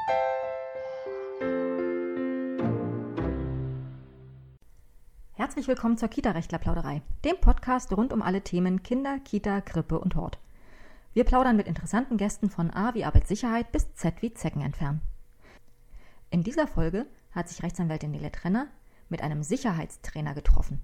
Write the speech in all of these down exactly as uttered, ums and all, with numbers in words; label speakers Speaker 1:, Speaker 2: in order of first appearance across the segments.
Speaker 1: Herzlich willkommen zur Kita-Rechtler-Plauderei, dem Podcast rund um alle Themen Kinder, Kita, Krippe und Hort. Wir plaudern mit interessanten Gästen von A wie Arbeitssicherheit bis Z wie Zecken entfernen. In dieser Folge hat sich Rechtsanwältin Nele Trenner mit einem Sicherheitstrainer getroffen.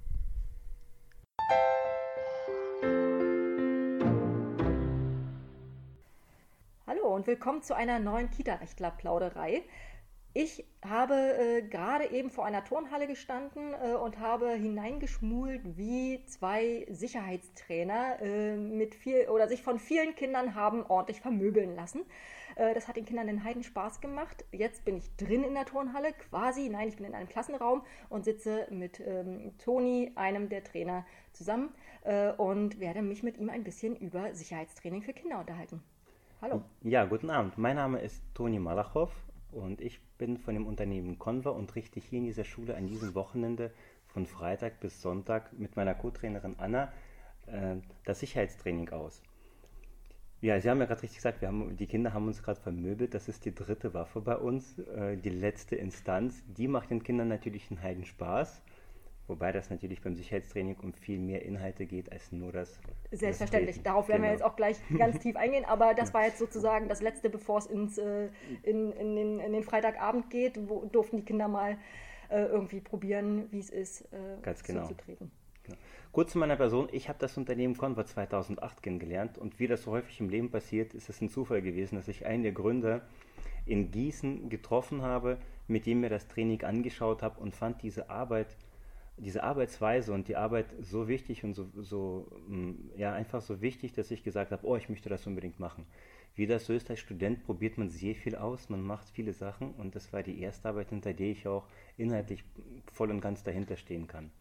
Speaker 1: Hallo und willkommen zu einer neuen Kita-Rechtler-Plauderei. Ich habe äh, gerade eben vor einer Turnhalle gestanden äh, und habe hineingeschmult, wie zwei Sicherheitstrainer äh, mit viel oder sich von vielen Kindern haben ordentlich vermöbeln lassen. Äh, das hat den Kindern einen Heidenspaß gemacht. Jetzt bin ich drin in der Turnhalle, quasi, nein, ich bin in einem Klassenraum und sitze mit ähm, Toni, einem der Trainer, zusammen äh, und werde mich mit ihm ein bisschen über Sicherheitstraining für Kinder unterhalten. Hallo.
Speaker 2: Ja, guten Abend. Mein Name ist Toni Malachow. Und ich bin von dem Unternehmen Conva und richte hier in dieser Schule an diesem Wochenende von Freitag bis Sonntag mit meiner Co-Trainerin Anna äh, das Sicherheitstraining aus. Ja, Sie haben ja gerade richtig gesagt, wir haben, die Kinder haben uns gerade vermöbelt. Das ist die dritte Waffe bei uns, äh, die letzte Instanz. Die macht den Kindern natürlich einen Heidenspaß. Wobei das natürlich beim Sicherheitstraining um viel mehr Inhalte geht als nur das.
Speaker 1: Selbstverständlich,
Speaker 2: das
Speaker 1: darauf werden
Speaker 2: genau.
Speaker 1: wir jetzt auch gleich ganz tief eingehen, aber das war jetzt sozusagen das Letzte, bevor es ins, äh, in, in, den, in den Freitagabend geht, wo durften die Kinder mal äh, irgendwie probieren, wie es ist, äh,
Speaker 2: ganz genau.
Speaker 1: zuzutreten.
Speaker 2: Genau. Kurz zu meiner Person, ich habe das Unternehmen Conva zweitausendacht kennengelernt und wie das so häufig im Leben passiert, ist es ein Zufall gewesen, dass ich einen der Gründer in Gießen getroffen habe, mit dem mir das Training angeschaut habe und fand diese Arbeit diese Arbeitsweise und die Arbeit so wichtig und so, so ja, einfach so wichtig, dass ich gesagt habe, oh, ich möchte das unbedingt machen. Wie das so ist, als Student probiert man sehr viel aus, man macht viele Sachen und das war die erste Arbeit, hinter der ich auch inhaltlich voll und ganz dahinter stehen kann.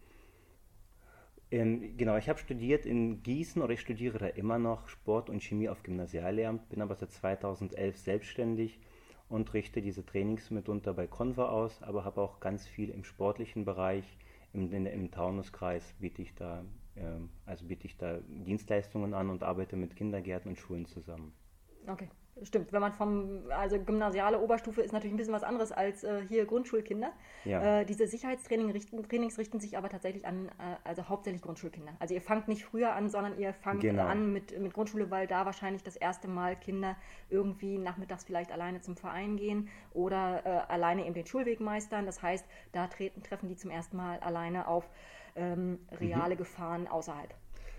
Speaker 2: Ähm, genau, ich habe studiert in Gießen oder ich studiere da immer noch Sport und Chemie auf Gymnasiallehramt, bin aber seit zweitausendelf selbstständig und richte diese Trainings mitunter bei Conva aus, aber habe auch ganz viel im sportlichen Bereich. Im, in, Im Taunuskreis biete ich da, äh, also biete ich da Dienstleistungen an und arbeite mit Kindergärten und Schulen zusammen.
Speaker 1: Okay, stimmt. Wenn man vom, also gymnasiale Oberstufe ist natürlich ein bisschen was anderes als äh, hier Grundschulkinder.
Speaker 2: Ja.
Speaker 1: Äh, diese Sicherheitstrainings richten, Trainings richten sich aber tatsächlich an, äh, also hauptsächlich Grundschulkinder. Also ihr fangt nicht früher an, sondern ihr fangt
Speaker 2: genau.
Speaker 1: an mit, mit Grundschule, weil da wahrscheinlich das erste Mal Kinder irgendwie nachmittags vielleicht alleine zum Verein gehen oder äh, alleine eben den Schulweg meistern. Das heißt, da treten, treffen die zum ersten Mal alleine auf ähm, reale mhm. Gefahren außerhalb.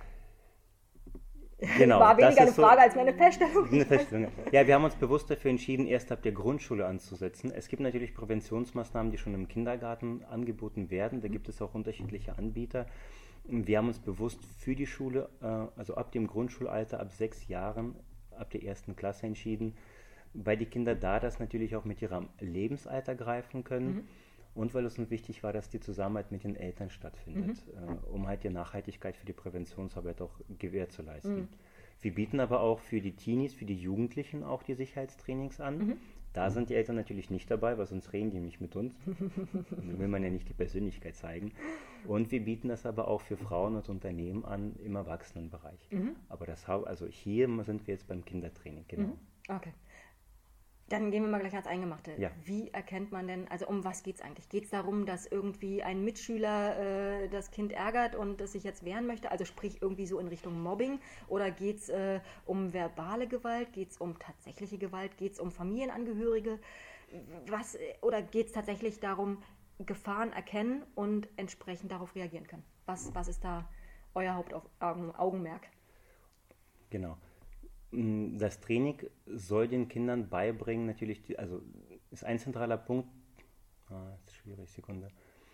Speaker 2: Genau,
Speaker 1: war weniger eine Frage
Speaker 2: so
Speaker 1: als mehr eine Feststellung.
Speaker 2: Eine Feststellung. Ja, wir haben uns bewusst dafür entschieden, erst ab der Grundschule anzusetzen. Es gibt natürlich Präventionsmaßnahmen, die schon im Kindergarten angeboten werden. Da gibt es auch unterschiedliche Anbieter. Wir haben uns bewusst für die Schule, also ab dem Grundschulalter, ab sechs Jahren, ab der ersten Klasse entschieden, weil die Kinder da das natürlich auch mit ihrem Lebensalter greifen können. Mhm. Und weil es uns wichtig war, dass die Zusammenarbeit mit den Eltern stattfindet, mhm. äh, um halt die Nachhaltigkeit für die Präventionsarbeit auch gewähr zu leisten. Mhm. Wir bieten aber auch für die Teenies, für die Jugendlichen auch die Sicherheitstrainings an. Mhm. Da sind die Eltern natürlich nicht dabei, weil sonst reden die nicht mit uns. Da will man ja nicht die Persönlichkeit zeigen. Und wir bieten das aber auch für Frauen und Unternehmen an im Erwachsenenbereich. Mhm. Aber das, also hier sind wir jetzt beim Kindertraining, genau.
Speaker 1: Mhm. Okay. Dann gehen wir mal gleich ans Eingemachte.
Speaker 2: Ja.
Speaker 1: Wie erkennt man denn, also um was geht es eigentlich? Geht es darum, dass irgendwie ein Mitschüler äh, das Kind ärgert und es sich jetzt wehren möchte? Also sprich irgendwie so in Richtung Mobbing? Oder geht es äh, um verbale Gewalt? Geht es um tatsächliche Gewalt? Geht es um Familienangehörige? Was, oder geht es tatsächlich darum, Gefahren erkennen und entsprechend darauf reagieren können? Was, was ist da euer Hauptaugenmerk?
Speaker 2: Genau. Das Training soll den Kindern beibringen, natürlich, die, also ist ein zentraler Punkt, ah, ist schwierig, Sekunde.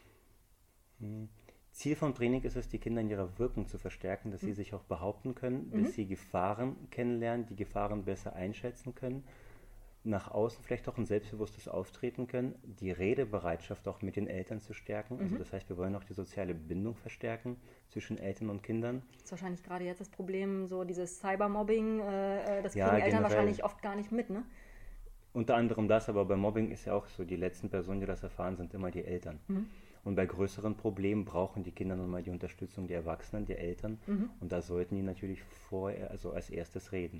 Speaker 2: Hm. Ziel vom Training ist es, die Kinder in ihrer Wirkung zu verstärken, dass mhm. sie sich auch behaupten können, mhm. dass sie Gefahren kennenlernen, die Gefahren besser einschätzen können, nach außen vielleicht auch ein selbstbewusstes Auftreten können, die Redebereitschaft auch mit den Eltern zu stärken. Mhm. Also das heißt, wir wollen auch die soziale Bindung verstärken zwischen Eltern und Kindern.
Speaker 1: Das ist wahrscheinlich gerade jetzt das Problem, so dieses Cybermobbing, äh, das kriegen
Speaker 2: ja,
Speaker 1: Eltern
Speaker 2: generell,
Speaker 1: wahrscheinlich oft gar nicht mit, ne?
Speaker 2: Unter anderem das, aber bei Mobbing ist ja auch so, die letzten Personen, die das erfahren, sind immer die Eltern. Mhm. Und bei größeren Problemen brauchen die Kinder nun mal die Unterstützung der Erwachsenen, der Eltern. Mhm. Und da sollten die natürlich vorher, also als erstes reden.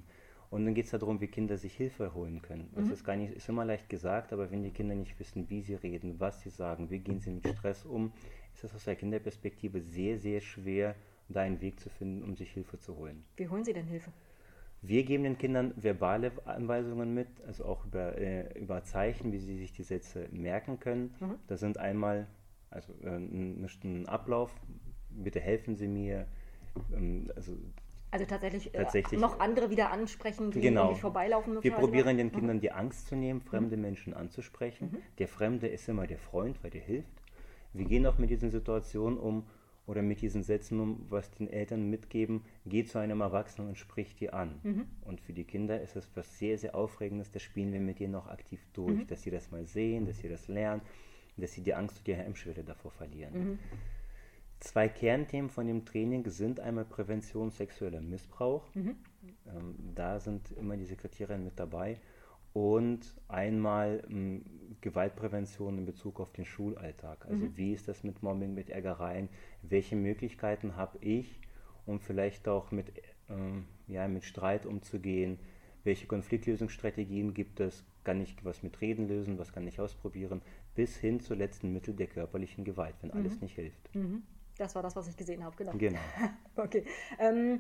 Speaker 2: Und dann geht es darum, wie Kinder sich Hilfe holen können. Das mhm. ist gar nicht, ist immer leicht gesagt, aber wenn die Kinder nicht wissen, wie sie reden, was sie sagen, wie gehen sie mit Stress um, ist es aus der Kinderperspektive sehr, sehr schwer, da einen Weg zu finden, um sich Hilfe zu holen.
Speaker 1: Wie holen Sie denn Hilfe?
Speaker 2: Wir geben den Kindern verbale Anweisungen mit, also auch über, äh, über Zeichen, wie sie sich die Sätze merken können. Mhm. Das sind einmal also, äh, ein, ein Ablauf, bitte helfen Sie mir. Ähm, also,
Speaker 1: also tatsächlich,
Speaker 2: tatsächlich
Speaker 1: äh, noch andere wieder ansprechen, die
Speaker 2: genau.
Speaker 1: irgendwie vorbeilaufen.
Speaker 2: Wir probieren den Kindern mhm. die Angst zu nehmen, fremde mhm. Menschen anzusprechen. Mhm. Der Fremde ist immer der Freund, weil der hilft. Wir gehen auch mit diesen Situationen um, oder mit diesen Sätzen um, was den Eltern mitgeben, geh zu einem Erwachsenen und sprich die an. Mhm. Und für die Kinder ist es was sehr, sehr Aufregendes, das spielen wir mit denen auch aktiv durch, mhm. dass sie das mal sehen, dass sie das lernen, dass sie die Angst und die Hemmschwelle davor verlieren. Mhm. Zwei Kernthemen von dem Training sind einmal Prävention sexueller Missbrauch, mhm. ähm, da sind immer diese Kriterien mit dabei, und einmal ähm, Gewaltprävention in Bezug auf den Schulalltag. Also mhm. wie ist das mit Mobbing, mit Ärgereien? Welche Möglichkeiten habe ich, um vielleicht auch mit, ähm, ja, mit Streit umzugehen? Welche Konfliktlösungsstrategien gibt es? Kann ich was mit Reden lösen? Was kann ich ausprobieren? Bis hin zu letzten Mittel der körperlichen Gewalt, wenn mhm. alles nicht hilft.
Speaker 1: Mhm. Das war das, was ich gesehen habe, genau.
Speaker 2: Genau.
Speaker 1: Okay. Ähm,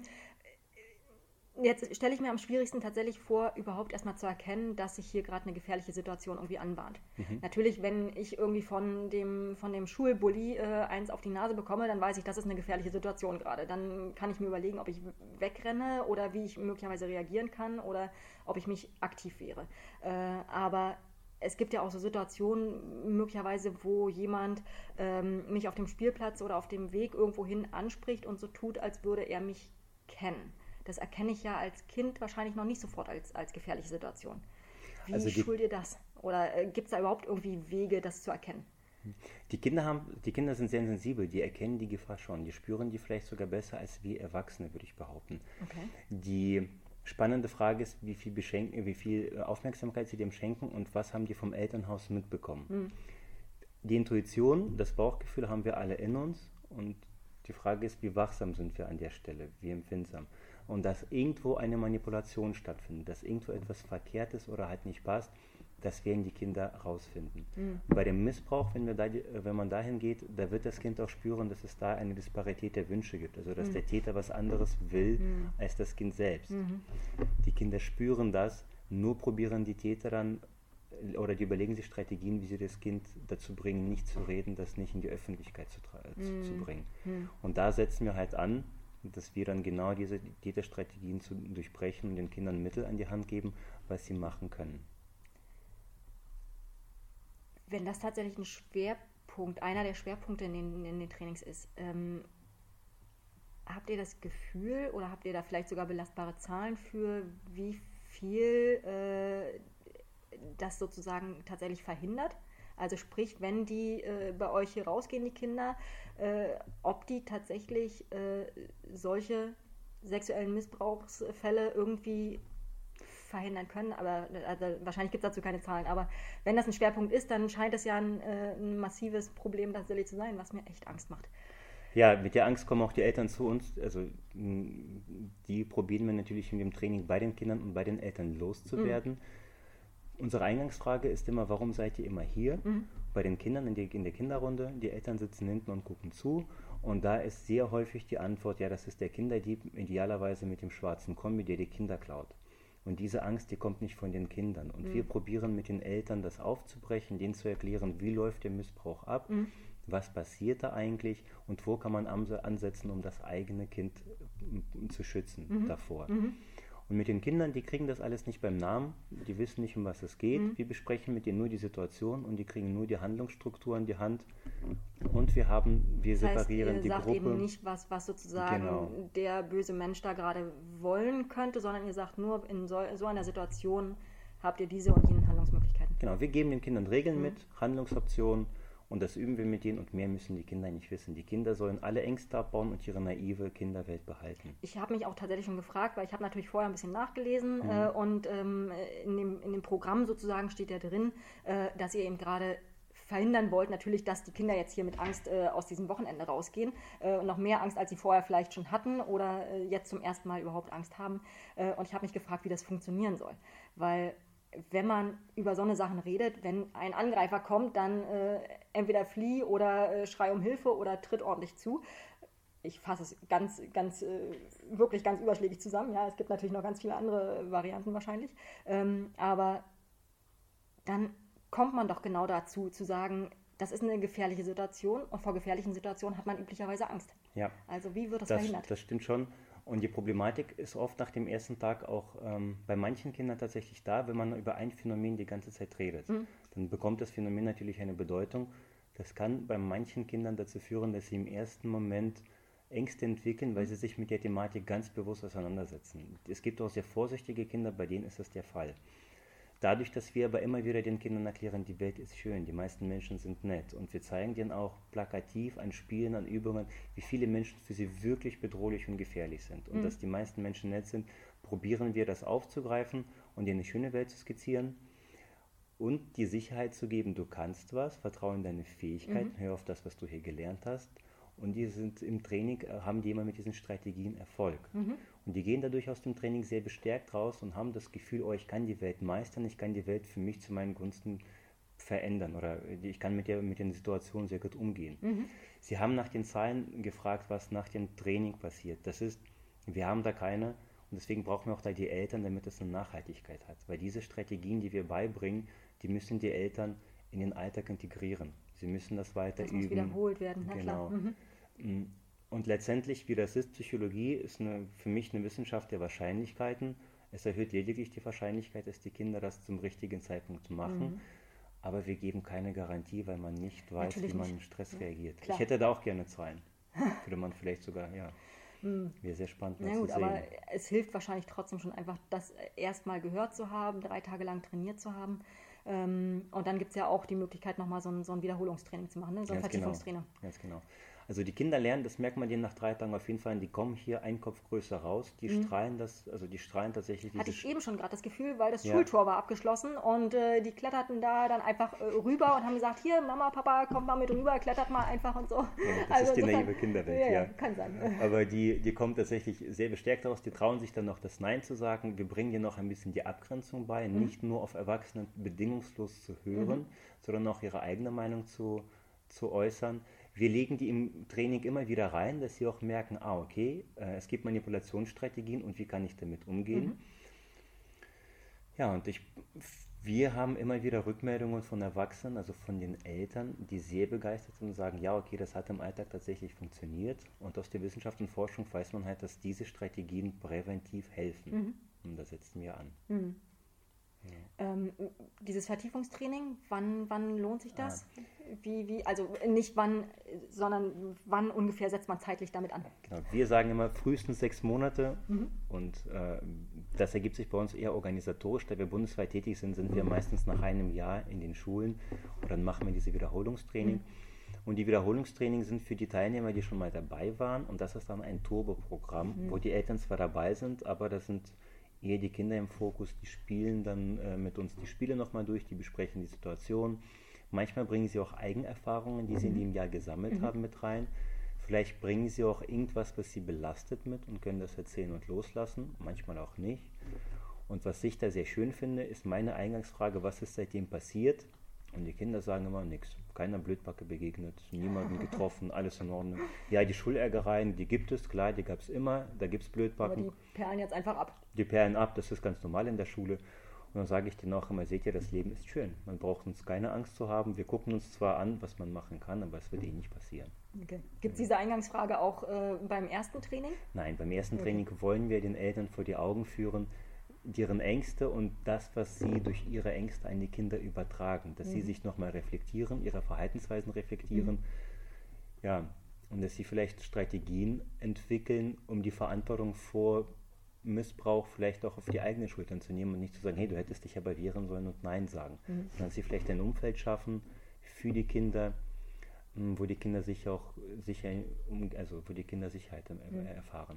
Speaker 1: Jetzt stelle ich mir am schwierigsten tatsächlich vor, überhaupt erstmal zu erkennen, dass sich hier gerade eine gefährliche Situation irgendwie anbahnt. Mhm. Natürlich, wenn ich irgendwie von dem, von dem Schulbully äh, eins auf die Nase bekomme, dann weiß ich, das ist eine gefährliche Situation gerade. Dann kann ich mir überlegen, ob ich wegrenne oder wie ich möglicherweise reagieren kann oder ob ich mich aktiv wehre. Äh, aber es gibt ja auch so Situationen möglicherweise, wo jemand ähm, mich auf dem Spielplatz oder auf dem Weg irgendwohin anspricht und so tut, als würde er mich kennen. Das erkenne ich ja als Kind wahrscheinlich noch nicht sofort als, als gefährliche Situation. Wie also schult ihr das? Oder äh, gibt es da überhaupt irgendwie Wege, das zu erkennen?
Speaker 2: Die Kinder, haben, die Kinder sind sehr sensibel, die erkennen die Gefahr schon. Die spüren die vielleicht sogar besser als wir Erwachsene, würde ich behaupten. Okay. Die spannende Frage ist, wie viel, beschenken, wie viel Aufmerksamkeit sie dem schenken und was haben die vom Elternhaus mitbekommen. Mhm. Die Intuition, das Bauchgefühl haben wir alle in uns, und die Frage ist, wie wachsam sind wir an der Stelle, wie empfindsam. Und dass irgendwo eine Manipulation stattfindet, dass irgendwo etwas verkehrt ist oder halt nicht passt, das werden die Kinder rausfinden. Mhm. Bei dem Missbrauch, wenn, wir da, wenn man dahin geht, da wird das Kind auch spüren, dass es da eine Disparität der Wünsche gibt. Also dass mhm. der Täter was anderes will mhm. als das Kind selbst. Mhm. Die Kinder spüren das, nur probieren die Täter dann, oder die überlegen sich Strategien, wie sie das Kind dazu bringen, nicht zu reden, das nicht in die Öffentlichkeit zu, mhm. zu bringen. Mhm. Und da setzen wir halt an, dass wir dann genau diese Täterstrategien zu durchbrechen und den Kindern Mittel an die Hand geben, was sie machen können.
Speaker 1: Wenn das tatsächlich ein Schwerpunkt, einer der Schwerpunkte in den, in den Trainings ist, ähm, habt ihr das Gefühl oder habt ihr da vielleicht sogar belastbare Zahlen für, wie viel äh, das sozusagen tatsächlich verhindert? Also sprich, wenn die äh, bei euch hier rausgehen, die Kinder, äh, ob die tatsächlich äh, solche sexuellen Missbrauchsfälle irgendwie verhindern können. Aber also, wahrscheinlich gibt es dazu keine Zahlen. Aber wenn das ein Schwerpunkt ist, dann scheint es ja ein, äh, ein massives Problem tatsächlich zu sein, was mir echt Angst macht.
Speaker 2: Ja, mit der Angst kommen auch die Eltern zu uns. Also die probieren wir natürlich in dem Training bei den Kindern und bei den Eltern loszuwerden. Mhm. Unsere Eingangsfrage ist immer, warum seid ihr immer hier? Mhm. Bei den Kindern in, die, in der Kinderrunde, die Eltern sitzen hinten und gucken zu, und da ist sehr häufig die Antwort, ja, das ist der Kinderdieb, idealerweise mit dem schwarzen Kombi, der die Kinder klaut. Und diese Angst, die kommt nicht von den Kindern. Und mhm. wir probieren mit den Eltern das aufzubrechen, denen zu erklären, wie läuft der Missbrauch ab, mhm. was passiert da eigentlich und wo kann man ansetzen, um das eigene Kind zu schützen mhm. davor. Mhm. Und mit den Kindern, die kriegen das alles nicht beim Namen, die wissen nicht, um was es geht. Mhm. Wir besprechen mit denen nur die Situation und die kriegen nur die Handlungsstruktur in die Hand. Und wir haben, wir das heißt, separieren
Speaker 1: ihr
Speaker 2: die
Speaker 1: sagt
Speaker 2: Gruppe.
Speaker 1: Eben nicht, was, was sozusagen genau. der böse Mensch da gerade wollen könnte, sondern ihr sagt nur, in so, so einer Situation habt ihr diese und jene Handlungsmöglichkeiten.
Speaker 2: Genau, wir geben den Kindern Regeln mhm. mit, Handlungsoptionen. Und das üben wir mit denen, und mehr müssen die Kinder nicht wissen. Die Kinder sollen alle Ängste abbauen und ihre naive Kinderwelt behalten.
Speaker 1: Ich habe mich auch tatsächlich schon gefragt, weil ich habe natürlich vorher ein bisschen nachgelesen mhm. äh, und ähm, in, dem, in dem Programm sozusagen steht ja drin, äh, dass ihr eben gerade verhindern wollt natürlich, dass die Kinder jetzt hier mit Angst äh, aus diesem Wochenende rausgehen äh, und noch mehr Angst, als sie vorher vielleicht schon hatten oder äh, jetzt zum ersten Mal überhaupt Angst haben. Äh, und ich habe mich gefragt, wie das funktionieren soll. Weil wenn man über so eine Sachen redet, wenn ein Angreifer kommt, dann äh, entweder flieh oder äh, schrei um Hilfe oder tritt ordentlich zu. Ich fasse es ganz, ganz, äh, wirklich ganz überschlägig zusammen. Ja, es gibt natürlich noch ganz viele andere Varianten wahrscheinlich. Ähm, aber dann kommt man doch genau dazu, zu sagen, das ist eine gefährliche Situation und vor gefährlichen Situationen hat man üblicherweise Angst.
Speaker 2: Ja.
Speaker 1: Also wie wird das,
Speaker 2: das
Speaker 1: verhindert?
Speaker 2: Das stimmt schon. Und die Problematik ist oft nach dem ersten Tag auch ähm, bei manchen Kindern tatsächlich da, wenn man über ein Phänomen die ganze Zeit redet. Mhm. Dann bekommt das Phänomen natürlich eine Bedeutung. Das kann bei manchen Kindern dazu führen, dass sie im ersten Moment Ängste entwickeln, weil sie sich mit der Thematik ganz bewusst auseinandersetzen. Es gibt auch sehr vorsichtige Kinder, bei denen ist das der Fall. Dadurch, dass wir aber immer wieder den Kindern erklären, die Welt ist schön, die meisten Menschen sind nett und wir zeigen denen auch plakativ an Spielen, an Übungen, wie viele Menschen für sie wirklich bedrohlich und gefährlich sind. Und mhm. dass die meisten Menschen nett sind, probieren wir das aufzugreifen und ihnen eine schöne Welt zu skizzieren und die Sicherheit zu geben, du kannst was, vertraue in deine Fähigkeiten, mhm. hör auf das, was du hier gelernt hast. Und die sind im Training, haben die immer mit diesen Strategien Erfolg. Mhm. Und die gehen dadurch aus dem Training sehr bestärkt raus und haben das Gefühl, oh, ich kann die Welt meistern, ich kann die Welt für mich zu meinen Gunsten verändern oder ich kann mit, der, mit den Situationen sehr gut umgehen. Mhm. Sie haben nach den Zahlen gefragt, was nach dem Training passiert. Das ist, wir haben da keine und deswegen brauchen wir auch da die Eltern, damit es eine Nachhaltigkeit hat. Weil diese Strategien, die wir beibringen, die müssen die Eltern in den Alltag integrieren. Sie müssen das weiter
Speaker 1: das
Speaker 2: üben.
Speaker 1: Das muss wiederholt werden, na
Speaker 2: genau.
Speaker 1: klar. Mhm.
Speaker 2: Und letztendlich, wie das ist, Psychologie ist eine, für mich eine Wissenschaft der Wahrscheinlichkeiten. Es erhöht lediglich die Wahrscheinlichkeit, dass die Kinder das zum richtigen Zeitpunkt machen. Mhm. Aber wir geben keine Garantie, weil man nicht weiß,
Speaker 1: Natürlich
Speaker 2: wie man
Speaker 1: nicht.
Speaker 2: in Stress
Speaker 1: Ja,
Speaker 2: reagiert.
Speaker 1: klar.
Speaker 2: Ich hätte da auch gerne Zahlen. Würde man vielleicht sogar, ja. Wäre sehr spannend,
Speaker 1: Na
Speaker 2: mal
Speaker 1: gut,
Speaker 2: zu sehen.
Speaker 1: aber es hilft wahrscheinlich trotzdem schon einfach, das erstmal gehört zu haben, drei Tage lang trainiert zu haben. Und dann gibt es ja auch die Möglichkeit, nochmal so ein, so ein Wiederholungstraining zu machen, ne? So ein
Speaker 2: Ganz
Speaker 1: Vertiefungstraining.
Speaker 2: Genau. Ganz genau. Also die Kinder lernen, das merkt man denen nach drei Tagen auf jeden Fall, die kommen hier einen Kopf größer raus, die mhm. strahlen das, also die strahlen tatsächlich diese...
Speaker 1: Hatte ich eben schon gerade das Gefühl, weil das
Speaker 2: ja.
Speaker 1: Schultor war abgeschlossen und äh, die kletterten da dann einfach äh, rüber und haben gesagt, hier Mama, Papa, kommt mal mit rüber, klettert mal einfach und so.
Speaker 2: Ja, das
Speaker 1: also
Speaker 2: ist die naive Kinderwelt,
Speaker 1: ja,
Speaker 2: ja.
Speaker 1: ja. Kann sein.
Speaker 2: Aber die, die kommen tatsächlich sehr bestärkt raus, die trauen sich dann noch das Nein zu sagen, wir bringen dir noch ein bisschen die Abgrenzung bei, mhm. nicht nur auf Erwachsenen bedingungslos zu hören, mhm. sondern auch ihre eigene Meinung zu, zu äußern. Wir legen die im Training immer wieder rein, dass sie auch merken, ah, okay, äh, es gibt Manipulationsstrategien und wie kann ich damit umgehen. Mhm. Ja, und ich, wir haben immer wieder Rückmeldungen von Erwachsenen, also von den Eltern, die sehr begeistert sind und sagen, ja, okay, das hat im Alltag tatsächlich funktioniert. Und aus der Wissenschaft und Forschung weiß man halt, dass diese Strategien präventiv helfen. Mhm. Und das setzen wir an.
Speaker 1: Mhm. Ja. Ähm, dieses Vertiefungstraining, wann, wann lohnt sich das? Ah. Wie, wie, also nicht wann, sondern wann ungefähr setzt man zeitlich damit an?
Speaker 2: Genau, wir sagen immer frühestens sechs Monate mhm. und äh, das ergibt sich bei uns eher organisatorisch, da wir bundesweit tätig sind, sind wir meistens nach einem Jahr in den Schulen und dann machen wir diese Wiederholungstraining. Mhm. Und die Wiederholungstraining sind für die Teilnehmer, die schon mal dabei waren und das ist dann ein Turbo-Programm, mhm. wo die Eltern zwar dabei sind, aber das sind eher die Kinder im Fokus, die spielen dann äh, mit uns die Spiele nochmal durch, die besprechen die Situation. Manchmal bringen sie auch Eigenerfahrungen, die sie in dem Jahr gesammelt mhm. haben, mit rein. Vielleicht bringen sie auch irgendwas, was sie belastet mit und können das erzählen und loslassen, manchmal auch nicht. Und was ich da sehr schön finde, ist meine Eingangsfrage, was ist seitdem passiert? Und die Kinder sagen immer nichts. Keiner Blödbacke begegnet, niemanden getroffen, alles in Ordnung. Ja, die Schulärgereien, die gibt es, klar, die gab es immer, da gibt es Blödbacken.
Speaker 1: Aber die perlen jetzt einfach ab.
Speaker 2: Die perlen ab, das ist ganz normal in der Schule. Und dann sage ich denen auch immer, seht ihr, das Leben ist schön. Man braucht uns keine Angst zu haben. Wir gucken uns zwar an, was man machen kann, aber es wird eh nicht passieren.
Speaker 1: Okay. Gibt es diese Eingangsfrage auch äh, beim ersten Training?
Speaker 2: Nein, beim ersten
Speaker 1: okay.
Speaker 2: Training wollen wir den Eltern vor die Augen führen, deren Ängste und das, was sie durch ihre Ängste an die Kinder übertragen. Dass mhm. sie sich nochmal reflektieren, ihre Verhaltensweisen reflektieren. Mhm. Ja, und dass sie vielleicht Strategien entwickeln, um die Verantwortung vor Missbrauch vielleicht auch auf die eigenen Schultern zu nehmen und nicht zu sagen, hey, du hättest dich aber wehren sollen und Nein sagen. Mhm. Sondern dass sie vielleicht ein Umfeld schaffen für die Kinder, wo die Kinder sich auch sicher, also wo die Kinder Sicherheit
Speaker 1: mhm.
Speaker 2: erfahren.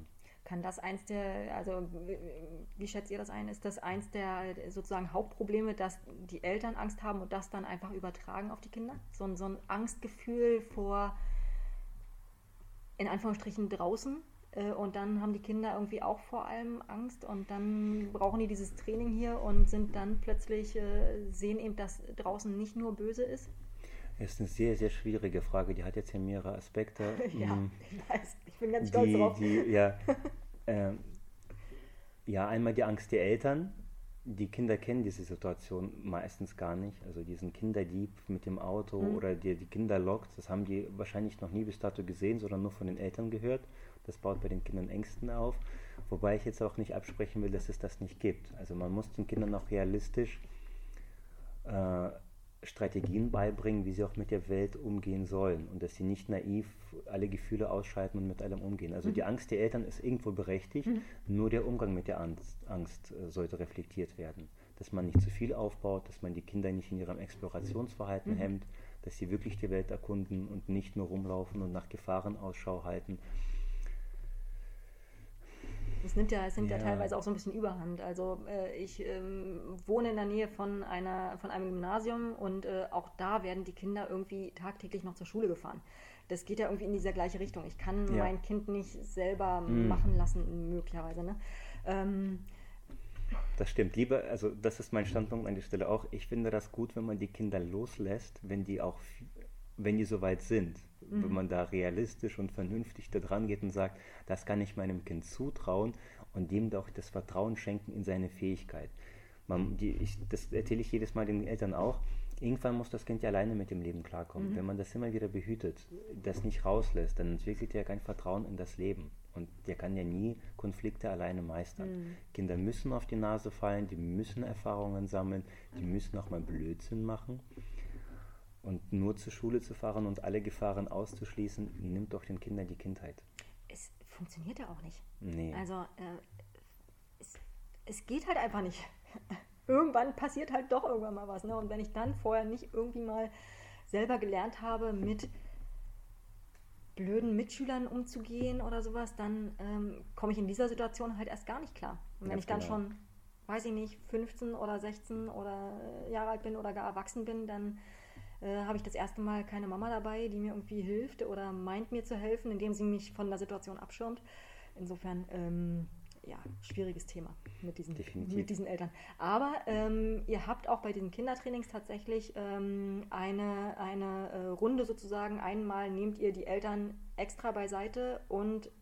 Speaker 1: kann das eins der, also wie schätzt ihr das ein? Ist das eins der sozusagen Hauptprobleme, dass die Eltern Angst haben und das dann einfach übertragen auf die Kinder? So ein, so ein Angstgefühl vor, in Anführungsstrichen, draußen. Und dann haben die Kinder irgendwie auch vor allem Angst und dann brauchen die dieses Training hier und sind dann plötzlich, sehen eben, dass draußen nicht nur böse ist.
Speaker 2: Das ist eine sehr, sehr schwierige Frage. Die hat jetzt hier mehrere Aspekte.
Speaker 1: Ja, ich weiß. Ich bin ganz stolz
Speaker 2: die,
Speaker 1: drauf.
Speaker 2: Die, ja, äh, ja, einmal die Angst der Eltern. Die Kinder kennen diese Situation meistens gar nicht. Also diesen Kinderdieb mit dem Auto mhm. oder der die Kinder lockt, das haben die wahrscheinlich noch nie bis dato gesehen, sondern nur von den Eltern gehört. Das baut bei den Kindern Ängsten auf. Wobei ich jetzt auch nicht absprechen will, dass es das nicht gibt. Also man muss den Kindern auch realistisch äh, Strategien beibringen, wie sie auch mit der Welt umgehen sollen und dass sie nicht naiv alle Gefühle ausschalten und mit allem umgehen. Also mhm. die Angst der Eltern ist irgendwo berechtigt, mhm. nur der Umgang mit der Angst, Angst äh, sollte reflektiert werden. Dass man nicht zu viel aufbaut, dass man die Kinder nicht in ihrem Explorationsverhalten mhm. hemmt, dass sie wirklich die Welt erkunden und nicht nur rumlaufen und nach Gefahren Ausschau halten.
Speaker 1: Es nimmt ja, es nimmt ja. ja teilweise auch so ein bisschen Überhand. Also äh, ich ähm, wohne in der Nähe von einer von einem Gymnasium und äh, auch da werden die Kinder irgendwie tagtäglich noch zur Schule gefahren. Das geht ja irgendwie in diese gleiche Richtung. Ich kann ja. mein Kind nicht selber mhm. machen lassen, möglicherweise. Ne? Ähm,
Speaker 2: das stimmt. Lieber, also das ist mein Standpunkt an der Stelle auch. Ich finde das gut, wenn man die Kinder loslässt, wenn die auch, wenn die soweit sind. Mhm. Wenn man da realistisch und vernünftig da dran geht und sagt, das kann ich meinem Kind zutrauen und dem doch das Vertrauen schenken in seine Fähigkeit. Man, die, ich, das erzähle ich jedes Mal den Eltern auch. Irgendwann muss das Kind ja alleine mit dem Leben klarkommen. Mhm. Wenn man das immer wieder behütet, das nicht rauslässt, dann entwickelt er kein Vertrauen in das Leben. Und der kann ja nie Konflikte alleine meistern. Mhm. Kinder müssen auf die Nase fallen, die müssen Erfahrungen sammeln, die müssen auch mal Blödsinn machen. Und nur zur Schule zu fahren und alle Gefahren auszuschließen, nimmt doch den Kindern die Kindheit.
Speaker 1: Es funktioniert ja auch nicht.
Speaker 2: Nee.
Speaker 1: Also äh, es, es geht halt einfach nicht. Irgendwann passiert halt doch irgendwann mal was. Ne? Und wenn ich dann vorher nicht irgendwie mal selber gelernt habe, mit blöden Mitschülern umzugehen oder sowas, dann ähm, komme ich in dieser Situation halt erst gar nicht klar. Und wenn
Speaker 2: Ganz
Speaker 1: ich dann
Speaker 2: genau.
Speaker 1: schon, weiß ich nicht, fünfzehn oder sechzehn oder Jahre alt bin oder gar erwachsen bin, dann äh, habe ich das erste Mal keine Mama dabei, die mir irgendwie hilft oder meint mir zu helfen, indem sie mich von der Situation abschirmt. Insofern, ähm, ja, schwieriges Thema mit diesen, mit diesen Eltern. Aber ähm, ihr habt auch bei diesen Kindertrainings tatsächlich ähm, eine, eine äh, Runde sozusagen. Einmal nehmt ihr die Eltern extra beiseite und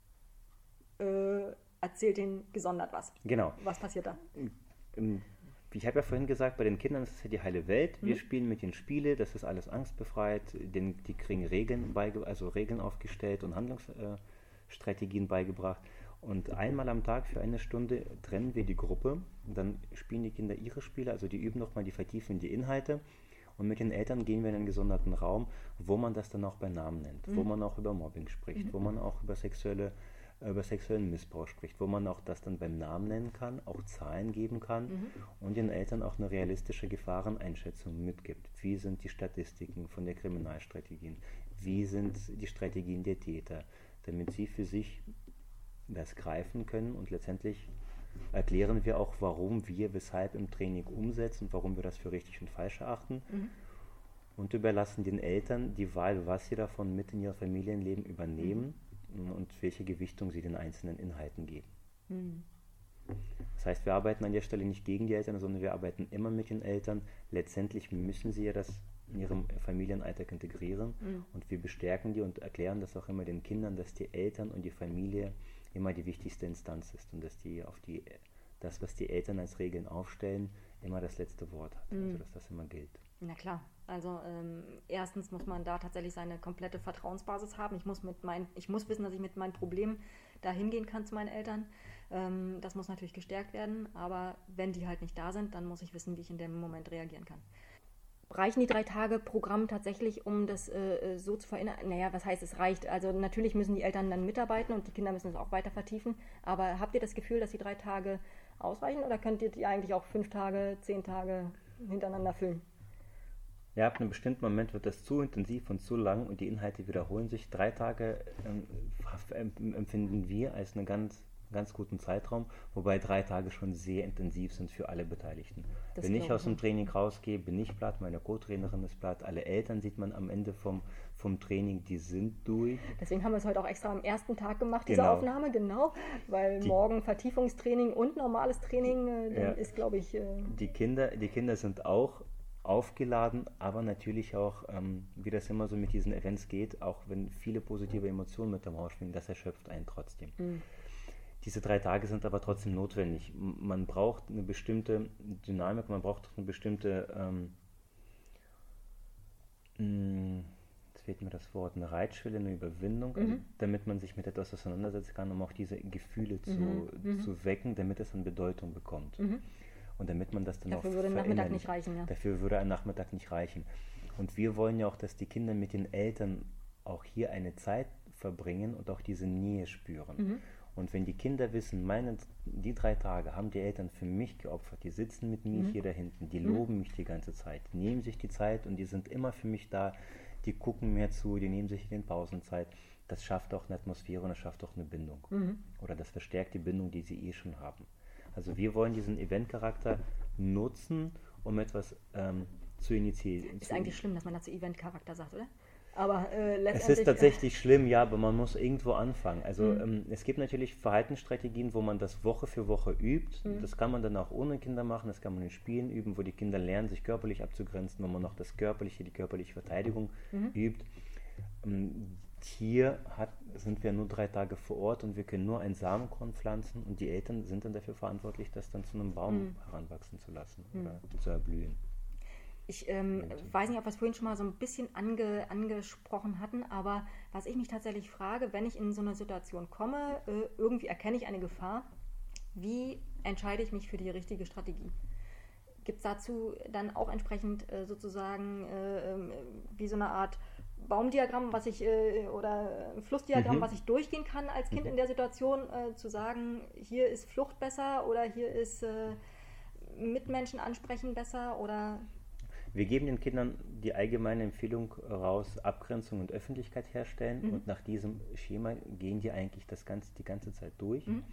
Speaker 1: äh, erzählt ihnen gesondert was.
Speaker 2: Genau.
Speaker 1: Was passiert da?
Speaker 2: Ich habe ja vorhin gesagt, bei den Kindern ist es ja die heile Welt. Wir mhm. spielen mit den Spiele, das ist alles angstbefreit. Den, die kriegen Regeln, beige, also Regeln aufgestellt und Handlungsstrategien äh, beigebracht. Und einmal am Tag für eine Stunde trennen wir die Gruppe. Dann spielen die Kinder ihre Spiele, also die üben nochmal, die vertiefen die Inhalte. Und mit den Eltern gehen wir in einen gesonderten Raum, wo man das dann auch bei Namen nennt, mhm. wo man auch über Mobbing spricht, mhm. wo man auch über sexuelle über sexuellen Missbrauch spricht, wo man auch das dann beim Namen nennen kann, auch Zahlen geben kann mhm. und den Eltern auch eine realistische Gefahreneinschätzung mitgibt. Wie sind die Statistiken von der Kriminalstrategien? Wie sind die Strategien der Täter? Damit sie für sich das greifen können und letztendlich erklären wir auch, warum wir weshalb im Training umsetzen, warum wir das für richtig und falsch erachten mhm. und überlassen den Eltern die Wahl, was sie davon mit in ihr Familienleben übernehmen mhm. und welche Gewichtung sie den einzelnen Inhalten geben. Mhm. Das heißt, wir arbeiten an der Stelle nicht gegen die Eltern, sondern wir arbeiten immer mit den Eltern. Letztendlich müssen sie ja das in ihrem Familienalltag integrieren mhm. und wir bestärken die und erklären das auch immer den Kindern, dass die Eltern und die Familie immer die wichtigste Instanz ist und dass die auf die das, was die Eltern als Regeln aufstellen, immer das letzte Wort hat, mhm. also dass das immer gilt.
Speaker 1: Na klar, also ähm, erstens muss man da tatsächlich seine komplette Vertrauensbasis haben. Ich muss, mit mein, ich muss wissen, dass ich mit meinen Problemen da hingehen kann zu meinen Eltern. Ähm, das muss natürlich gestärkt werden, aber wenn die halt nicht da sind, dann muss ich wissen, wie ich in dem Moment reagieren kann. Reichen die drei Tage Programm tatsächlich, um das äh, so zu verinnerlichen? Naja, was heißt, es reicht? Also natürlich müssen die Eltern dann mitarbeiten und die Kinder müssen es auch weiter vertiefen. Aber habt ihr das Gefühl, dass die drei Tage ausreichen oder könnt ihr die eigentlich auch fünf Tage, zehn Tage hintereinander füllen?
Speaker 2: Ja, ab einem bestimmten Moment wird das zu intensiv und zu lang und die Inhalte wiederholen sich. Drei Tage ähm, em- empfinden wir als einen ganz, ganz guten Zeitraum, wobei drei Tage schon sehr intensiv sind für alle Beteiligten.
Speaker 1: Das
Speaker 2: Wenn ich
Speaker 1: glaube
Speaker 2: aus
Speaker 1: ich
Speaker 2: dem
Speaker 1: auch.
Speaker 2: Training rausgehe, bin ich platt, meine Co-Trainerin ist platt, alle Eltern sieht man am Ende vom, vom Training, die sind durch.
Speaker 1: Deswegen haben wir es heute auch extra am ersten Tag gemacht, diese
Speaker 2: Genau.
Speaker 1: Aufnahme, genau, weil
Speaker 2: Die,
Speaker 1: morgen Vertiefungstraining und normales Training, äh,
Speaker 2: ja,
Speaker 1: dann ist, glaube ich, äh,
Speaker 2: die Kinder, die Kinder sind auch aufgeladen, aber natürlich auch, ähm, wie das immer so mit diesen Events geht, auch wenn viele positive Emotionen mit dem Rausschwingen, das erschöpft einen trotzdem.
Speaker 1: mh,
Speaker 2: Diese drei Tage sind aber trotzdem notwendig. M- Man braucht eine bestimmte Dynamik, man braucht eine bestimmte, ähm, mh, jetzt fehlt mir das Wort, eine Reitschwelle, eine Überwindung, also
Speaker 1: mhm,
Speaker 2: damit man sich mit etwas auseinandersetzen kann, um auch diese Gefühle
Speaker 1: mhm,
Speaker 2: zu,
Speaker 1: mhm,
Speaker 2: zu wecken, damit es an Bedeutung bekommt.
Speaker 1: mhm.
Speaker 2: Und damit man das dann auch
Speaker 1: Dafür würde ein Nachmittag nicht
Speaker 2: verinnerlicht.
Speaker 1: reichen, ja.
Speaker 2: Dafür würde ein Nachmittag nicht reichen. Und wir wollen ja auch, dass die Kinder mit den Eltern auch hier eine Zeit verbringen und auch diese Nähe spüren.
Speaker 1: Mhm,
Speaker 2: Und wenn die Kinder wissen, meine, die drei Tage haben die Eltern für mich geopfert, die sitzen mit mir
Speaker 1: mhm,
Speaker 2: hier da hinten, die
Speaker 1: mhm,
Speaker 2: loben mich die ganze Zeit, die nehmen sich die Zeit und die sind immer für mich da, die gucken mir zu, die nehmen sich in den Pausenzeit, das schafft auch eine Atmosphäre und das schafft auch eine Bindung.
Speaker 1: mhm.
Speaker 2: Oder das verstärkt die Bindung, die sie eh schon haben. Also wir wollen diesen Eventcharakter nutzen, um etwas ähm, zu initiieren.
Speaker 1: Ist eigentlich schlimm, dass man dazu Event-Charakter sagt, oder? Aber äh,
Speaker 2: Es ist
Speaker 1: letztendlich, äh,
Speaker 2: tatsächlich schlimm, ja, aber man muss irgendwo anfangen. Also
Speaker 1: mhm,
Speaker 2: ähm, es gibt natürlich Verhaltensstrategien, wo man das Woche für Woche übt.
Speaker 1: mhm,
Speaker 2: Das kann man dann auch ohne Kinder machen, das kann man in Spielen üben, wo die Kinder lernen, sich körperlich abzugrenzen, wo man noch das körperliche, die körperliche Verteidigung
Speaker 1: mhm,
Speaker 2: übt. Ähm, Hier hat, sind wir nur drei Tage vor Ort und wir können nur ein Samenkorn pflanzen und die Eltern sind dann dafür verantwortlich, das dann zu einem Baum
Speaker 1: mhm,
Speaker 2: heranwachsen zu lassen
Speaker 1: mhm.
Speaker 2: oder zu erblühen.
Speaker 1: Ich ähm,
Speaker 2: Eventuell.
Speaker 1: weiß nicht, ob wir es vorhin schon mal so ein bisschen ange, angesprochen hatten, aber was ich mich tatsächlich frage, wenn ich in so eine Situation komme, äh, irgendwie erkenne ich eine Gefahr, wie entscheide ich mich für die richtige Strategie? Gibt es dazu dann auch entsprechend äh, sozusagen äh, ähm, wie so eine Art Baumdiagramm, was ich äh, oder Flussdiagramm,
Speaker 2: Mhm.
Speaker 1: was ich durchgehen kann als Kind
Speaker 2: Mhm.
Speaker 1: in der Situation, äh, zu sagen, hier ist Flucht besser oder hier ist äh, Mitmenschen ansprechen besser oder
Speaker 2: Wir geben den Kindern die allgemeine Empfehlung raus, Abgrenzung und Öffentlichkeit herstellen
Speaker 1: mhm.
Speaker 2: und nach diesem Schema gehen die eigentlich das ganze, die ganze Zeit durch.
Speaker 1: Mhm.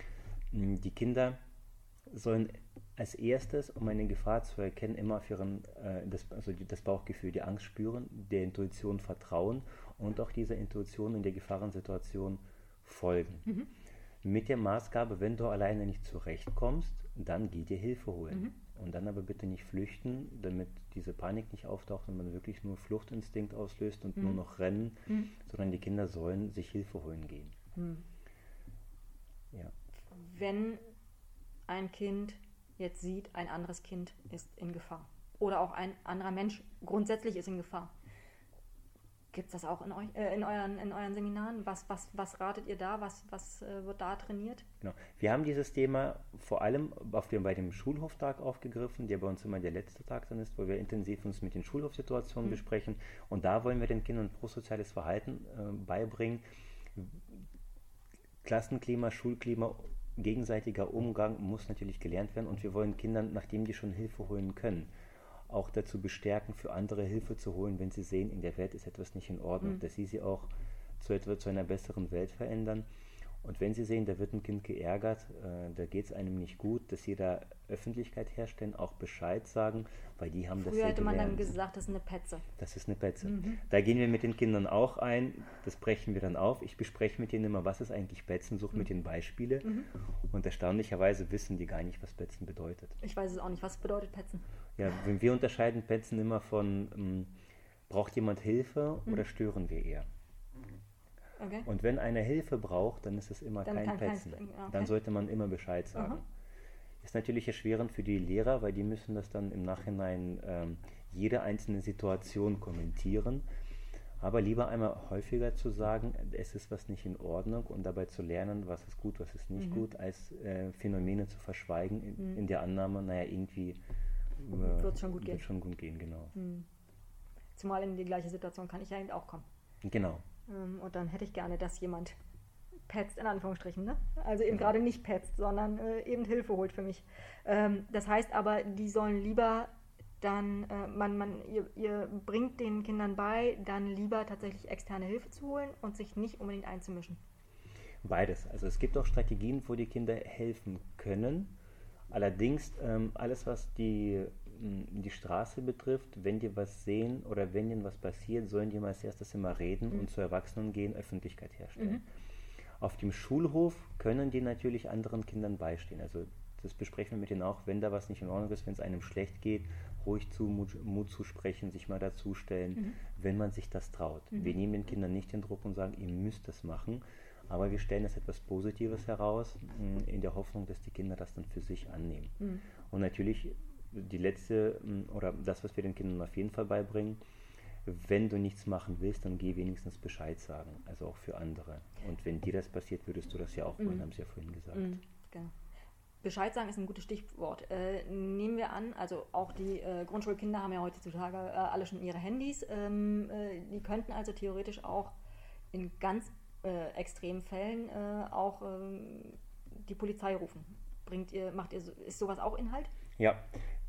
Speaker 2: Die Kinder sollen als erstes, um eine Gefahr zu erkennen, immer auf ihren, äh, das, also die, das Bauchgefühl, die Angst spüren, der Intuition vertrauen und auch dieser Intuition in der Gefahrensituation folgen.
Speaker 1: Mhm.
Speaker 2: Mit der Maßgabe, wenn du alleine nicht zurechtkommst, dann geh dir Hilfe holen.
Speaker 1: Mhm.
Speaker 2: Und dann aber bitte nicht flüchten, damit diese Panik nicht auftaucht und man wirklich nur Fluchtinstinkt auslöst und
Speaker 1: Mhm.
Speaker 2: nur noch rennen,
Speaker 1: Mhm.
Speaker 2: sondern die Kinder sollen sich Hilfe holen gehen.
Speaker 1: Mhm.
Speaker 2: Ja.
Speaker 1: Wenn ein Kind jetzt sieht, ein anderes Kind ist in Gefahr oder auch ein anderer Mensch grundsätzlich ist in Gefahr. Gibt es das auch in, euch, äh, in, euren, in euren Seminaren? Was, was, was ratet ihr da? Was, was äh, wird da trainiert?
Speaker 2: Genau. Wir haben dieses Thema vor allem auf dem, bei dem Schulhoftag aufgegriffen, der bei uns immer der letzte Tag dann ist, wo wir intensiv uns mit den Schulhofsituationen
Speaker 1: Mhm.
Speaker 2: besprechen. Und da wollen wir den Kindern prosoziales Verhalten äh, beibringen. Klassenklima, Schulklima, gegenseitiger Umgang muss natürlich gelernt werden und wir wollen Kindern, nachdem die schon Hilfe holen können, auch dazu bestärken, für andere Hilfe zu holen, wenn sie sehen, in der Welt ist etwas nicht in Ordnung,
Speaker 1: Mhm.
Speaker 2: dass sie sie auch zu, etwa, zu einer besseren Welt verändern. Und wenn sie sehen, da wird ein Kind geärgert, äh, da geht es einem nicht gut, dass sie da Öffentlichkeit herstellen, auch Bescheid sagen, weil die haben das
Speaker 1: Früher
Speaker 2: ja
Speaker 1: hätte man dann
Speaker 2: gelernt.
Speaker 1: gesagt, das ist eine Petze.
Speaker 2: Das ist eine Petze.
Speaker 1: Mhm.
Speaker 2: Da gehen wir mit den Kindern auch ein, das brechen wir dann auf. Ich bespreche mit denen immer, was ist eigentlich Petzen, suche mit den Beispiele.
Speaker 1: Mhm.
Speaker 2: Und erstaunlicherweise wissen die gar nicht, was Petzen bedeutet.
Speaker 1: Ich weiß es auch nicht. Was bedeutet Petzen?
Speaker 2: Ja, wenn wir unterscheiden Petzen immer von, ähm, braucht jemand Hilfe
Speaker 1: Mhm.
Speaker 2: oder stören wir eher?
Speaker 1: Okay.
Speaker 2: Und wenn einer Hilfe braucht, dann ist es immer
Speaker 1: Dann
Speaker 2: kein
Speaker 1: kann kein
Speaker 2: Petzen.
Speaker 1: Springen, ja, okay.
Speaker 2: Dann sollte man immer Bescheid sagen.
Speaker 1: Aha.
Speaker 2: Ist natürlich erschwerend für die Lehrer, weil die müssen das dann im Nachhinein ähm, jede einzelne Situation kommentieren. Aber lieber einmal häufiger zu sagen, es ist was nicht in Ordnung und dabei zu lernen, was ist gut, was ist nicht
Speaker 1: Mhm.
Speaker 2: gut, als äh, Phänomene zu verschweigen in,
Speaker 1: Mhm.
Speaker 2: in der Annahme, naja, irgendwie äh,
Speaker 1: Wird schon gut gehen.
Speaker 2: wird schon gut gehen, genau.
Speaker 1: Mhm. Zumal in die gleiche Situation kann ich ja eben auch kommen.
Speaker 2: Genau.
Speaker 1: Ähm, Und dann hätte ich gerne, dass jemand petzt, in Anführungsstrichen, ne? Also eben gerade nicht petzt, sondern äh, eben Hilfe holt für mich. Ähm, das heißt aber, die sollen lieber dann äh, man, man, ihr, ihr bringt den Kindern bei, dann lieber tatsächlich externe Hilfe zu holen und sich nicht unbedingt einzumischen.
Speaker 2: Beides. Also es gibt auch Strategien, wo die Kinder helfen können. Allerdings ähm, alles, was die, mh, die Straße betrifft, wenn die was sehen oder wenn ihnen was passiert, sollen die mal als erstes immer reden
Speaker 1: Mhm.
Speaker 2: und zu Erwachsenen gehen, Öffentlichkeit herstellen.
Speaker 1: Mhm.
Speaker 2: Auf dem Schulhof können die natürlich anderen Kindern beistehen. Also das besprechen wir mit denen auch, wenn da was nicht in Ordnung ist, wenn es einem schlecht geht, ruhig zu Mut, Mut zu sprechen, sich mal dazustellen,
Speaker 1: Mhm.
Speaker 2: wenn man sich das traut.
Speaker 1: Mhm.
Speaker 2: Wir nehmen den Kindern nicht den Druck und sagen, ihr müsst das machen, aber wir stellen es etwas Positives heraus, mh, in der Hoffnung, dass die Kinder das dann für sich annehmen.
Speaker 1: Mhm.
Speaker 2: Und natürlich die letzte, mh, oder das, was wir den Kindern auf jeden Fall beibringen, wenn du nichts machen willst, dann geh wenigstens Bescheid sagen, also auch für andere. Und wenn dir das passiert, würdest du das ja auch wollen,
Speaker 1: Mhm.
Speaker 2: haben sie ja vorhin gesagt.
Speaker 1: Mhm. Genau. Bescheid sagen ist ein gutes Stichwort. Äh, nehmen wir an, also auch die äh, Grundschulkinder haben ja heutzutage äh, alle schon ihre Handys. Ähm, äh, die könnten also theoretisch auch in ganz äh, extremen Fällen äh, auch ähm, die Polizei rufen. Bringt ihr, macht ihr, so- ist sowas auch Inhalt?
Speaker 2: Ja,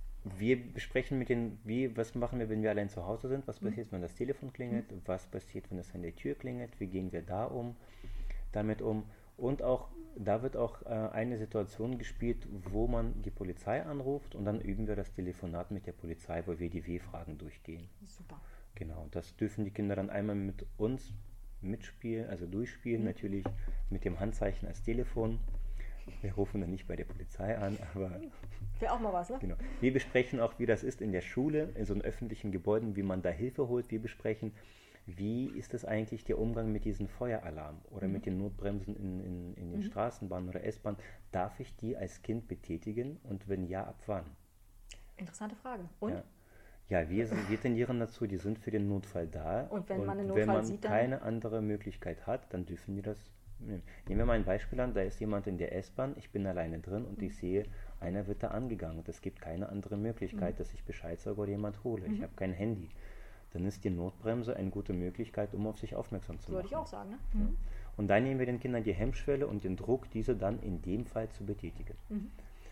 Speaker 2: wir besprechen mit den, wie, was machen wir, wenn wir allein zu Hause sind, was
Speaker 1: Mhm.
Speaker 2: passiert, wenn das Telefon klingelt, was passiert, wenn es an der Tür klingelt, wie gehen wir da um, damit um. Und auch, da wird auch äh, eine Situation gespielt, wo man die Polizei anruft und dann üben wir das Telefonat mit der Polizei, wo wir die W-Fragen durchgehen.
Speaker 1: Super.
Speaker 2: Genau, das dürfen die Kinder dann einmal mit uns mitspielen, also durchspielen,
Speaker 1: Mhm.
Speaker 2: natürlich mit dem Handzeichen als Telefon. Wir rufen dann nicht bei der Polizei an, aber
Speaker 1: Wäre auch mal was, ne?
Speaker 2: genau. Wir besprechen auch, wie das ist in der Schule, in so einem öffentlichen Gebäuden, wie man da Hilfe holt. Wir besprechen, wie ist es eigentlich der Umgang mit diesen Feueralarmen oder
Speaker 1: Mhm.
Speaker 2: mit den Notbremsen in, in, in den
Speaker 1: Mhm.
Speaker 2: Straßenbahnen oder S-Bahnen. Darf ich die als Kind betätigen und wenn ja, ab wann?
Speaker 1: Interessante Frage. Und?
Speaker 2: Ja. Ja, wir, sind, wir tendieren dazu, die sind für den Notfall da.
Speaker 1: Und wenn man einen
Speaker 2: wenn
Speaker 1: Notfall
Speaker 2: man
Speaker 1: sieht, dann-
Speaker 2: keine andere Möglichkeit hat, dann dürfen die das nehmen. Nehmen wir mal ein Beispiel an, da ist jemand in der S-Bahn, ich bin alleine drin und ich sehe, einer wird da angegangen und es gibt keine andere Möglichkeit, dass ich Bescheid sage oder jemand hole. Ich habe kein Handy. Dann ist die Notbremse eine gute Möglichkeit, um auf sich aufmerksam zu machen.
Speaker 1: Würde ich auch sagen, ne? Mhm.
Speaker 2: Und dann nehmen wir den Kindern die Hemmschwelle und den Druck, diese dann in dem Fall zu betätigen.
Speaker 1: Mhm.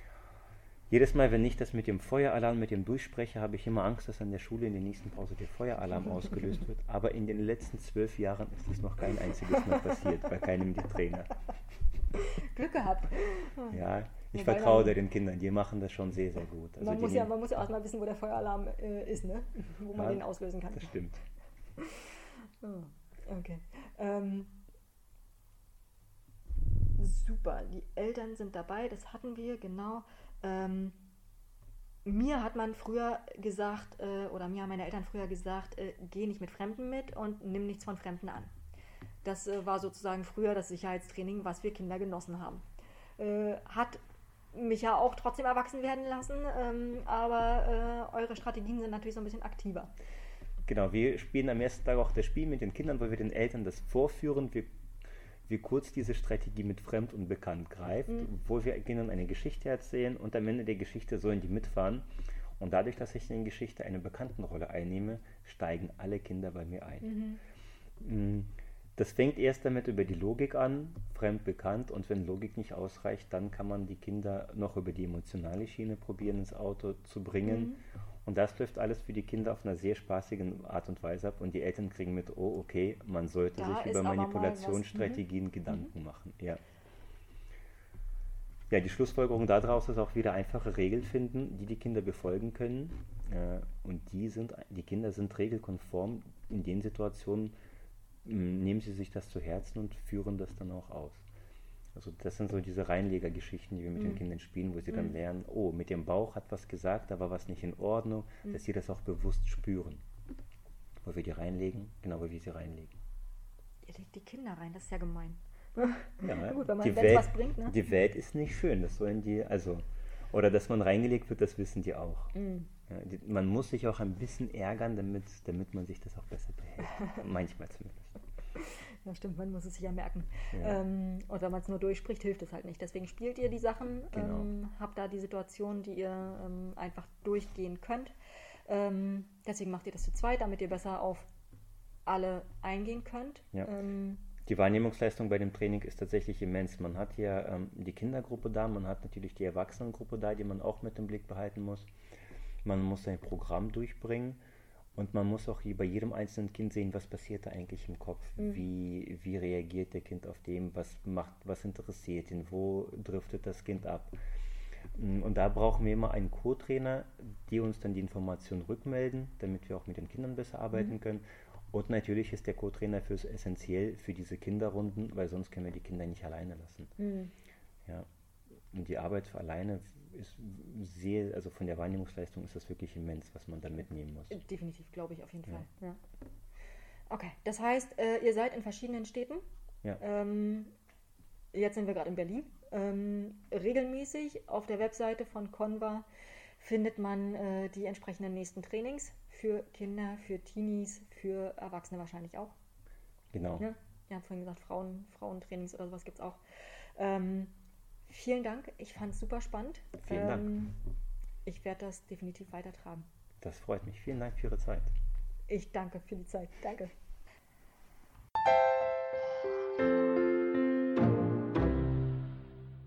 Speaker 2: Jedes Mal, wenn ich das mit dem Feueralarm, mit dem durchspreche, habe ich immer Angst, dass an der Schule in der nächsten Pause der Feueralarm ausgelöst wird. Aber in den letzten zwölf Jahren ist das noch kein einziges Mal passiert, bei keinem der Trainer.
Speaker 1: Glück gehabt.
Speaker 2: Ja, ich
Speaker 1: Wobei
Speaker 2: vertraue
Speaker 1: dann-
Speaker 2: da den Kindern, die machen das schon sehr, sehr gut. Also
Speaker 1: man,
Speaker 2: die
Speaker 1: muss ja,
Speaker 2: nehmen-
Speaker 1: man muss ja auch mal wissen, wo der Feueralarm äh, ist, ne? Wo man
Speaker 2: Ja,
Speaker 1: den auslösen kann.
Speaker 2: Das stimmt.
Speaker 1: Oh, okay. Ähm, super, die Eltern sind dabei, das hatten wir, genau. Ähm, mir hat man früher gesagt, äh, oder mir haben meine Eltern früher gesagt, äh, geh nicht mit Fremden mit und nimm nichts von Fremden an. Das äh, war sozusagen früher das Sicherheitstraining, was wir Kinder genossen haben. Äh, hat mich ja auch trotzdem erwachsen werden lassen, ähm, aber äh, eure Strategien sind natürlich so ein bisschen aktiver.
Speaker 2: Genau, wir spielen am ersten Tag auch das Spiel mit den Kindern, wo wir den Eltern das vorführen, wie, wie kurz diese Strategie mit Fremd und Bekannt greift,
Speaker 1: Mhm.
Speaker 2: wo wir ihnen eine Geschichte erzählen und am Ende der Geschichte sollen die mitfahren. Und dadurch, dass ich in der Geschichte eine Bekanntenrolle einnehme, steigen alle Kinder bei mir ein.
Speaker 1: Mhm.
Speaker 2: Mm, Das fängt erst damit über die Logik an, fremd bekannt, und wenn Logik nicht ausreicht, dann kann man die Kinder noch über die emotionale Schiene probieren, ins Auto zu bringen.
Speaker 1: Mhm.
Speaker 2: Und das läuft alles für die Kinder auf einer sehr spaßigen Art und Weise ab und die Eltern kriegen mit, oh okay, man sollte
Speaker 1: Da
Speaker 2: sich
Speaker 1: ist
Speaker 2: über
Speaker 1: aber mal
Speaker 2: Manipulationsstrategien Gedanken machen. Ja. Ja, die Schlussfolgerung daraus ist auch wieder einfache Regeln finden, die die Kinder befolgen können. Äh, und die sind, die Kinder sind regelkonform. In den Situationen mh, nehmen sie sich das zu Herzen und führen das dann auch aus. Also das sind so diese Reinlegergeschichten, die wir mit den
Speaker 1: Mhm.
Speaker 2: Kindern spielen, wo sie dann
Speaker 1: Mhm.
Speaker 2: lernen, oh, mit dem Bauch hat was gesagt, da war was nicht in Ordnung,
Speaker 1: Mhm.
Speaker 2: dass sie das auch bewusst spüren. Wo wir die reinlegen, genau wie wir sie reinlegen.
Speaker 1: Ihr legt die Kinder rein, das ist ja gemein.
Speaker 2: Ja,
Speaker 1: Na gut, wenn man-
Speaker 2: die,
Speaker 1: wenn's
Speaker 2: Welt,
Speaker 1: was bringt, ne?
Speaker 2: die Welt ist nicht schön, das sollen die, also, oder dass man reingelegt wird, das wissen die auch.
Speaker 1: Mhm.
Speaker 2: Ja, die, man muss sich auch ein bisschen ärgern, damit, damit man sich das auch besser behält. Manchmal zumindest.
Speaker 1: Ja, stimmt, man muss es sich ja merken.
Speaker 2: Ja.
Speaker 1: Ähm, und wenn man es nur durchspricht, hilft es halt nicht. Deswegen spielt ihr die Sachen,
Speaker 2: Genau.
Speaker 1: ähm, habt da die Situation, die ihr ähm, einfach durchgehen könnt. Ähm, deswegen macht ihr das zu zweit, damit ihr besser auf alle eingehen könnt.
Speaker 2: Ja.
Speaker 1: Ähm,
Speaker 2: Die Wahrnehmungsleistung bei dem Training ist tatsächlich immens. Man hat ja ähm, die Kindergruppe da, man hat natürlich die Erwachsenengruppe da, die man auch mit im Blick behalten muss. man muss ein Programm durchbringen und man muss auch bei jedem einzelnen Kind sehen, was passiert da eigentlich im Kopf,
Speaker 1: Mhm.
Speaker 2: wie, wie reagiert der Kind auf dem, was macht, was interessiert ihn, wo driftet das Kind ab. Und da brauchen wir immer einen Co-Trainer, die uns dann die Informationen rückmelden, damit wir auch mit den Kindern besser arbeiten
Speaker 1: Mhm.
Speaker 2: können. Und natürlich ist der Co-Trainer fürs essentiell für diese Kinderrunden, weil sonst können wir die Kinder nicht alleine lassen.
Speaker 1: Mhm.
Speaker 2: Ja. Und die Arbeit für alleine ist sehr, also von der Wahrnehmungsleistung ist das wirklich immens, was man dann mitnehmen muss.
Speaker 1: Definitiv, glaube ich, auf jeden
Speaker 2: Ja.
Speaker 1: Fall. Ja. Okay, das heißt, äh, ihr seid in verschiedenen Städten.
Speaker 2: Ja.
Speaker 1: Ähm, jetzt sind wir gerade in Berlin. Ähm, regelmäßig auf der Webseite von Conva findet man äh, die entsprechenden nächsten Trainings für Kinder, für Teenies, für Erwachsene wahrscheinlich auch.
Speaker 2: Genau.
Speaker 1: Ne? Wir haben vorhin gesagt, Frauen, Frauentrainings oder sowas gibt es auch. Ähm, vielen Dank, ich fand es super spannend.
Speaker 2: Vielen Dank.
Speaker 1: Ähm, ich werde das definitiv weitertragen.
Speaker 2: Das freut mich. Vielen Dank für Ihre Zeit.
Speaker 1: Ich danke für die Zeit. Danke.